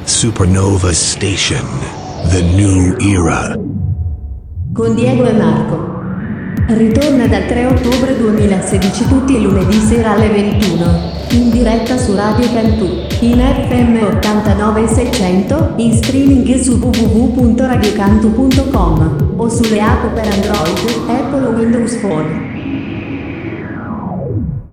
Supernova Station, The New Era. Con Diego e Marco. Ritorna dal 3 ottobre 2016 tutti i lunedì sera alle 21. In diretta su Radio Cantù, in FM 89600, in streaming su www.radiocantu.com o sulle app per Android, Apple o Windows Phone.